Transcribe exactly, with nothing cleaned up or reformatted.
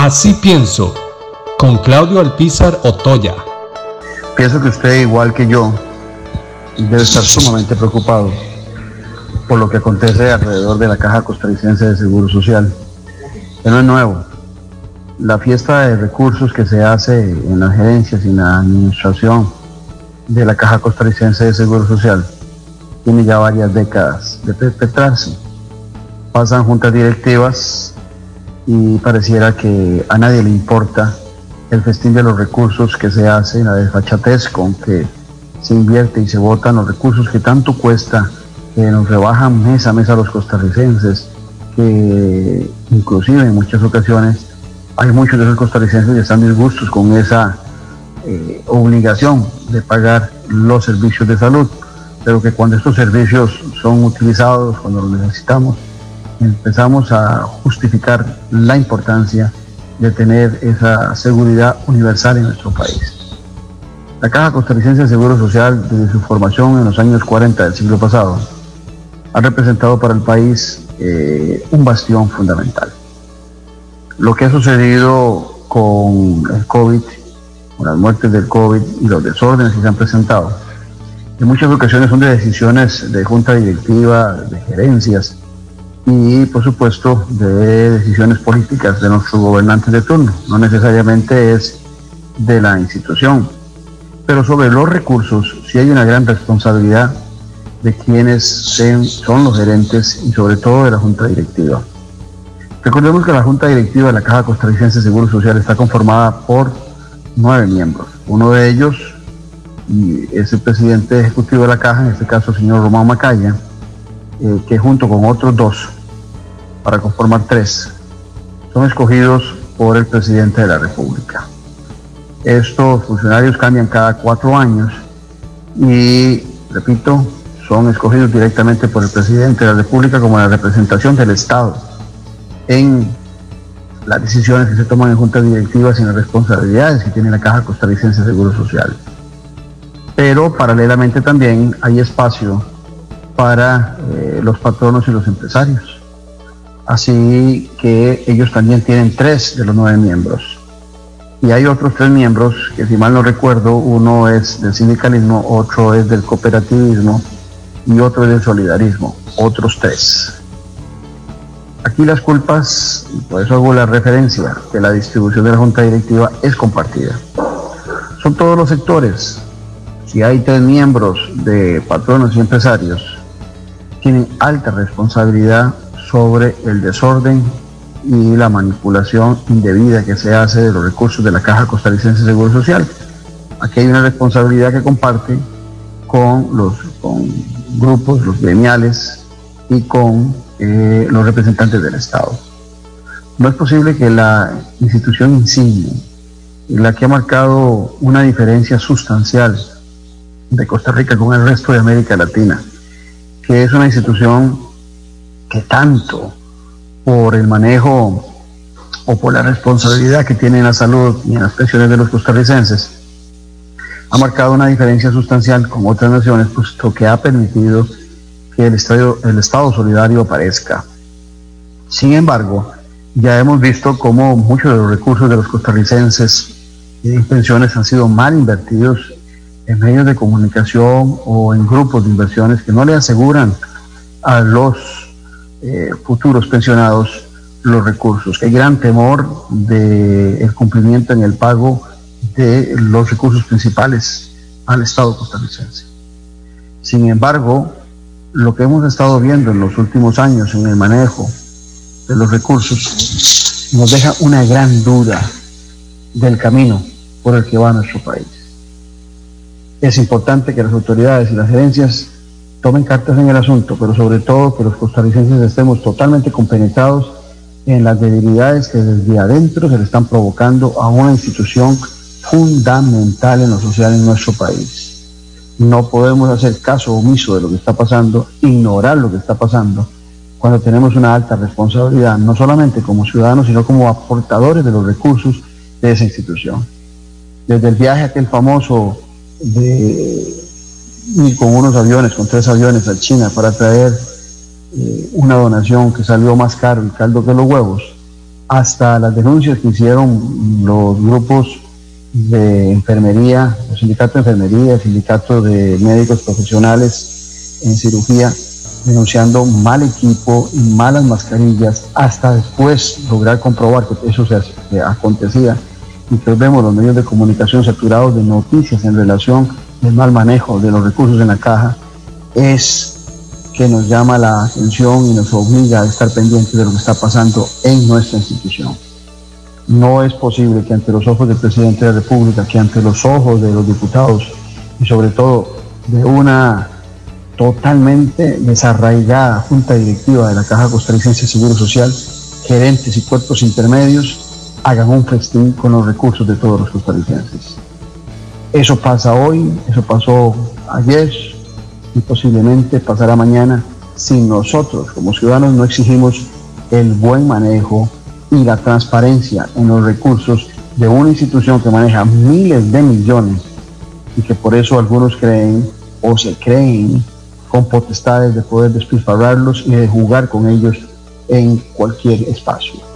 Así pienso, con Claudio Alpizar Otoya. Pienso que usted, igual que yo, debe estar sumamente preocupado por lo que acontece alrededor de la Caja Costarricense de Seguro Social, que no es nuevo. La fiesta de recursos que se hace en las gerencias y en la administración de la Caja Costarricense de Seguro Social tiene ya varias décadas de perpetrarse. Pasan juntas directivas y pareciera que a nadie le importa el festín de los recursos que se hace, la desfachatez con que se invierte y se botan los recursos que tanto cuesta, que nos rebajan mes a mes a los costarricenses, que inclusive en muchas ocasiones hay muchos de esos costarricenses que están disgustos con esa eh, obligación de pagar los servicios de salud, pero que cuando estos servicios son utilizados, cuando los necesitamos, empezamos a justificar la importancia de tener esa seguridad universal en nuestro país. La Caja Costarricense de Seguro Social, desde su formación en los años cuarenta del siglo pasado, ha representado para el país eh, un bastión fundamental. Lo que ha sucedido con el COVID, con las muertes del COVID y los desórdenes que se han presentado, en muchas ocasiones son de decisiones de junta directiva, de gerencias y, por supuesto, de decisiones políticas de nuestros gobernantes de turno. No necesariamente es de la institución, pero sobre los recursos sí hay una gran responsabilidad de quienes son los gerentes y sobre todo de la junta directiva. Recordemos que la junta directiva de la Caja Costarricense de Seguro Social está conformada por nueve miembros. Uno de ellos y es el presidente ejecutivo de la Caja, en este caso el señor Román Macaya, eh, que junto con otros dos, para conformar tres, son escogidos por el presidente de la República. Estos funcionarios cambian cada cuatro años y, repito, son escogidos directamente por el presidente de la República como la representación del Estado en las decisiones que se toman en juntas directivas y en las responsabilidades que tiene la Caja Costarricense de Seguro Social. Pero paralelamente también hay espacio para eh, los patronos y los empresarios. Así que ellos también tienen tres de los nueve miembros. Y hay otros tres miembros que, si mal no recuerdo, uno es del sindicalismo, otro es del cooperativismo y otro es del solidarismo, otros tres. Aquí las culpas, y por eso hago la referencia, que la distribución de la junta directiva es compartida. Son todos los sectores. Si hay tres miembros de patronos y empresarios, tienen alta responsabilidad sobre el desorden y la manipulación indebida que se hace de los recursos de la Caja Costarricense de Seguro Social. Aquí hay una responsabilidad que comparte con los con grupos, los gremiales y con eh, los representantes del Estado. No es posible que la institución insigne, la que ha marcado una diferencia sustancial de Costa Rica con el resto de América Latina, que es una institución que tanto por el manejo o por la responsabilidad que tiene en la salud y en las pensiones de los costarricenses, ha marcado una diferencia sustancial con otras naciones, puesto que ha permitido que el Estado, el Estado solidario aparezca. Sin embargo, ya hemos visto cómo muchos de los recursos de los costarricenses y de pensiones han sido mal invertidos en medios de comunicación o en grupos de inversiones que no le aseguran a los eh, futuros pensionados los recursos. Hay gran temor del cumplimiento en el pago de los recursos principales al Estado costarricense. Sin embargo, lo que hemos estado viendo en los últimos años en el manejo de los recursos nos deja una gran duda del camino por el que va nuestro país. Es importante que las autoridades y las gerencias tomen cartas en el asunto, pero sobre todo que los costarricenses estemos totalmente compenetrados en las debilidades que desde adentro se le están provocando a una institución fundamental en lo social en nuestro país. No podemos hacer caso omiso de lo que está pasando, ignorar lo que está pasando, cuando tenemos una alta responsabilidad, no solamente como ciudadanos, sino como aportadores de los recursos de esa institución. Desde el viaje aquel famoso de ir con unos aviones, con tres aviones a China para traer eh, una donación que salió más caro el caldo que los huevos, hasta las denuncias que hicieron los grupos de enfermería, el sindicato de enfermería, el sindicato de médicos profesionales en cirugía, denunciando mal equipo y malas mascarillas, hasta después lograr comprobar que eso se, se acontecía. Y que vemos los medios de comunicación saturados de noticias en relación al mal manejo de los recursos en la caja, es que nos llama la atención y nos obliga a estar pendientes de lo que está pasando en nuestra institución. No es posible que ante los ojos del presidente de la República, que ante los ojos de los diputados y sobre todo de una totalmente desarraigada junta directiva de la Caja Costarricense de Seguro Social, gerentes y cuerpos intermedios hagan un festín con los recursos de todos los costarricenses. Eso pasa hoy, eso pasó ayer y posiblemente pasará mañana si nosotros como ciudadanos no exigimos el buen manejo y la transparencia en los recursos de una institución que maneja miles de millones y que por eso algunos creen o se creen con potestades de poder despilfarrarlos y de jugar con ellos en cualquier espacio.